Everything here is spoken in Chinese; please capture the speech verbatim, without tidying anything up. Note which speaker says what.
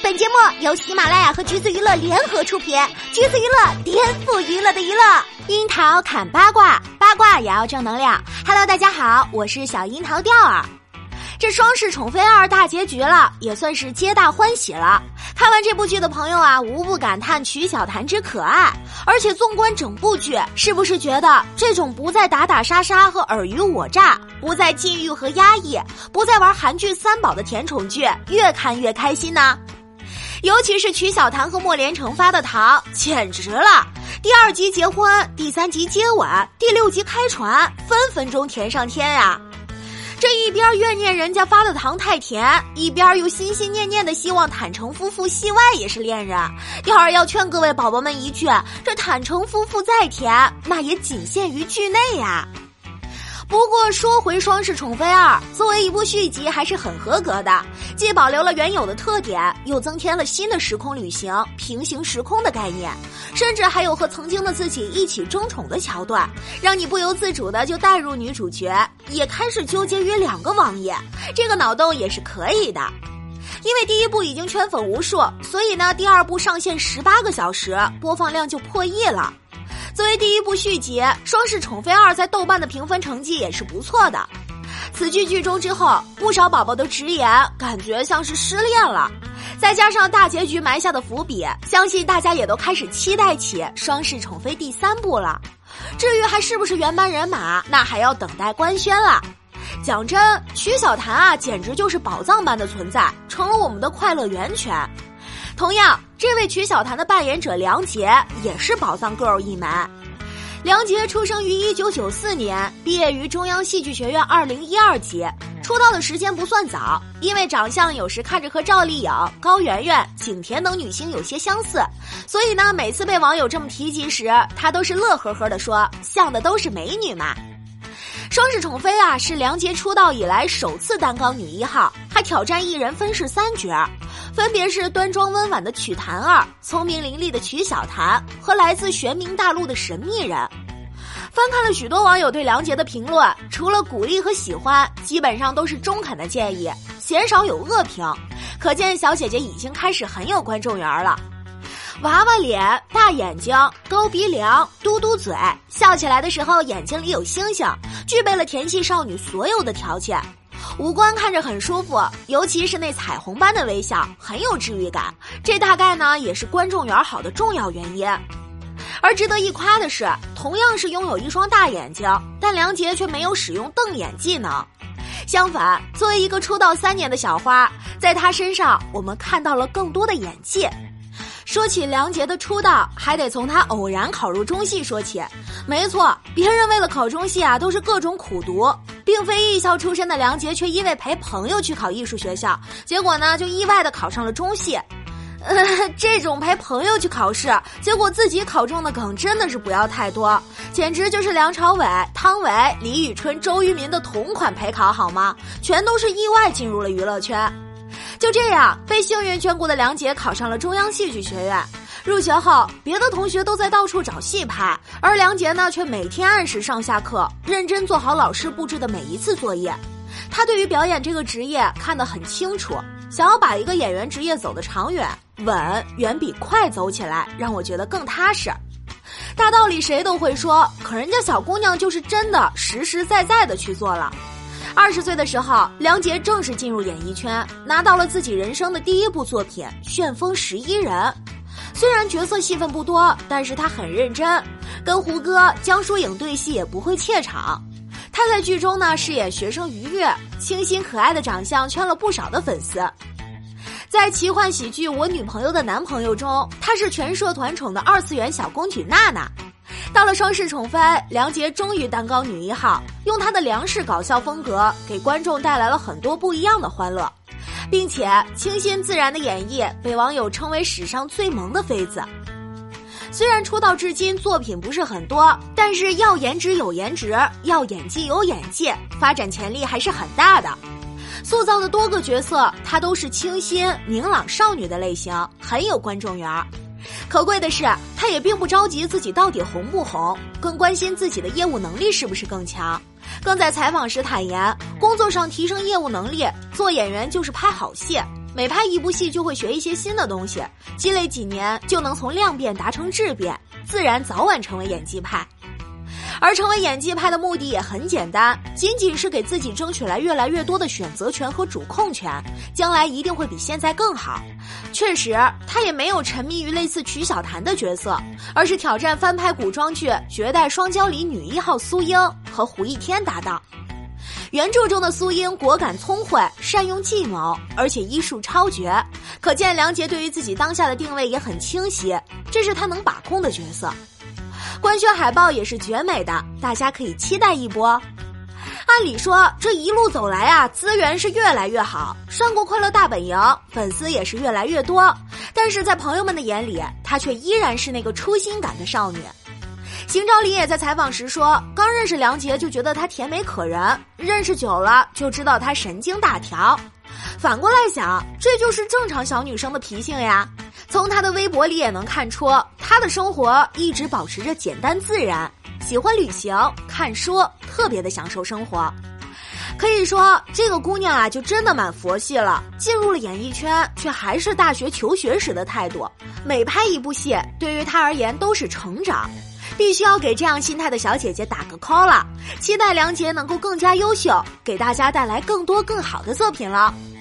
Speaker 1: 本节目由喜马拉雅和橘子娱乐联合出品，橘子娱乐颠覆娱乐的娱乐。樱桃砍八卦，八卦也要正能量。Hello， 大家好，我是小樱桃调儿。这双世宠妃二大结局了，也算是皆大欢喜了。看完这部剧的朋友啊，无不感叹曲小檀之可爱。而且纵观整部剧，是不是觉得这种不再打打杀杀和尔虞我诈，不再禁欲和压抑，不再玩韩剧三宝的甜宠剧，越看越开心呢？尤其是曲小檀和莫连成发的糖，简直了！第二集结婚，第三集接吻，第六集开船，分分钟甜上天呀！这一边怨念人家发的糖太甜，一边又心心念念的希望坦诚夫妇戏外也是恋人。调儿要劝各位宝宝们一句，这坦诚夫妇再甜，那也仅限于剧内呀。不过说回双世宠妃二，作为一部续集还是很合格的，既保留了原有的特点，又增添了新的时空旅行、平行时空的概念，甚至还有和曾经的自己一起争宠的桥段，让你不由自主的就带入女主角，也开始纠结于两个王爷，这个脑洞也是可以的。因为第一部已经圈粉无数，所以呢，第二部上线十八个小时，播放量就破亿了。作为第一部续集，双世宠妃二在豆瓣的评分成绩也是不错的。此剧剧终之后，不少宝宝都直言感觉像是失恋了，再加上大结局埋下的伏笔，相信大家也都开始期待起双世宠妃第三部了。至于还是不是原班人马，那还要等待官宣了。讲真，曲小檀啊，简直就是宝藏般的存在，成了我们的快乐源泉。同样，这位曲小檀的扮演者梁洁也是宝藏 girl 一枚。梁洁出生于一九九四年，毕业于中央戏剧学院二零一二级，出道的时间不算早，因为长相有时看着和赵丽颖、高圆圆、景甜等女星有些相似，所以呢，每次被网友这么提及时，她都是乐呵呵地说，像的都是美女嘛。双世宠妃啊，是梁洁出道以来首次担纲女一号，还挑战一人分饰三角，分别是端庄温婉的曲檀儿、聪明伶俐的曲小檀和来自玄冥大陆的神秘人。翻看了许多网友对梁洁的评论，除了鼓励和喜欢，基本上都是中肯的建议，鲜少有恶评，可见小姐姐已经开始很有观众缘了。娃娃脸、大眼睛、高鼻梁、嘟嘟嘴，笑起来的时候眼睛里有星星，具备了甜系少女所有的条件。五官看着很舒服，尤其是那彩虹般的微笑，很有治愈感，这大概呢也是观众缘好的重要原因。而值得一夸的是，同样是拥有一双大眼睛，但梁洁却没有使用瞪眼技能。相反，作为一个出道三年的小花，在她身上我们看到了更多的演技。说起梁洁的出道，还得从她偶然考入中戏说起。没错，别人为了考中戏啊，都是各种苦读，并非艺校出身的梁洁却因为陪朋友去考艺术学校，结果呢就意外的考上了中戏。呃，这种陪朋友去考试，结果自己考中的梗真的是不要太多，简直就是梁朝伟、汤唯、李宇春、周渝民的同款陪考好吗？全都是意外进入了娱乐圈。就这样，被幸运眷顾的梁洁考上了中央戏剧学院。入学后，别的同学都在到处找戏拍，而梁洁呢，却每天按时上下课，认真做好老师布置的每一次作业。她对于表演这个职业看得很清楚，想要把一个演员职业走得长远，稳远比快走起来让我觉得更踏实。大道理谁都会说，可人家小姑娘就是真的实实在在的去做了。二十岁的时候，梁洁正式进入演艺圈，拿到了自己人生的第一部作品《旋风十一人》。虽然角色戏份不多，但是她很认真，跟胡歌、江疏影对戏也不会怯场。她在剧中呢饰演学生愉悦，清新可爱的长相圈了不少的粉丝。在奇幻喜剧《我女朋友的男朋友》中，她是全社团宠的二次元小公举娜娜。到了双世宠妃，梁洁终于担纲女一号，用她的梁式搞笑风格给观众带来了很多不一样的欢乐，并且清新自然的演绎被网友称为史上最萌的妃子。虽然出道至今作品不是很多，但是要颜值有颜值，要演技有演技，发展潜力还是很大的。塑造的多个角色，她都是清新明朗少女的类型，很有观众缘。可贵的是，她也并不着急自己到底红不红，更关心自己的业务能力是不是更强。更在采访时坦言，工作上提升业务能力，做演员就是拍好戏， 每拍一部戏就会学一些新的东西，积累几年就能从量变达成质变，自然早晚成为演技派。而成为演技派的目的也很简单，仅仅是给自己争取来越来越多的选择权和主控权，将来一定会比现在更好。确实，他也没有沉迷于类似曲小檀的角色，而是挑战翻拍古装剧《绝代双骄》里女一号苏英和胡一天搭档。原著中的苏英果敢聪慧，善用计谋，而且医术超绝，可见梁洁对于自己当下的定位也很清晰，这是他能把控的角色。官宣海报也是绝美的，大家可以期待一波。按理说这一路走来啊，资源是越来越好，上过快乐大本营，粉丝也是越来越多，但是在朋友们的眼里，她却依然是那个初心感的少女。邢昭林也在采访时说，刚认识梁洁就觉得她甜美可人，认识久了就知道她神经大条。反过来想，这就是正常小女生的脾性呀。从她的微博里也能看出，她的生活一直保持着简单自然，喜欢旅行、看书，特别的享受生活。可以说，这个姑娘啊，就真的蛮佛系了。进入了演艺圈，却还是大学求学时的态度。每拍一部戏，对于她而言都是成长。必须要给这样心态的小姐姐打个 call 了，期待梁洁能够更加优秀，给大家带来更多更好的作品了。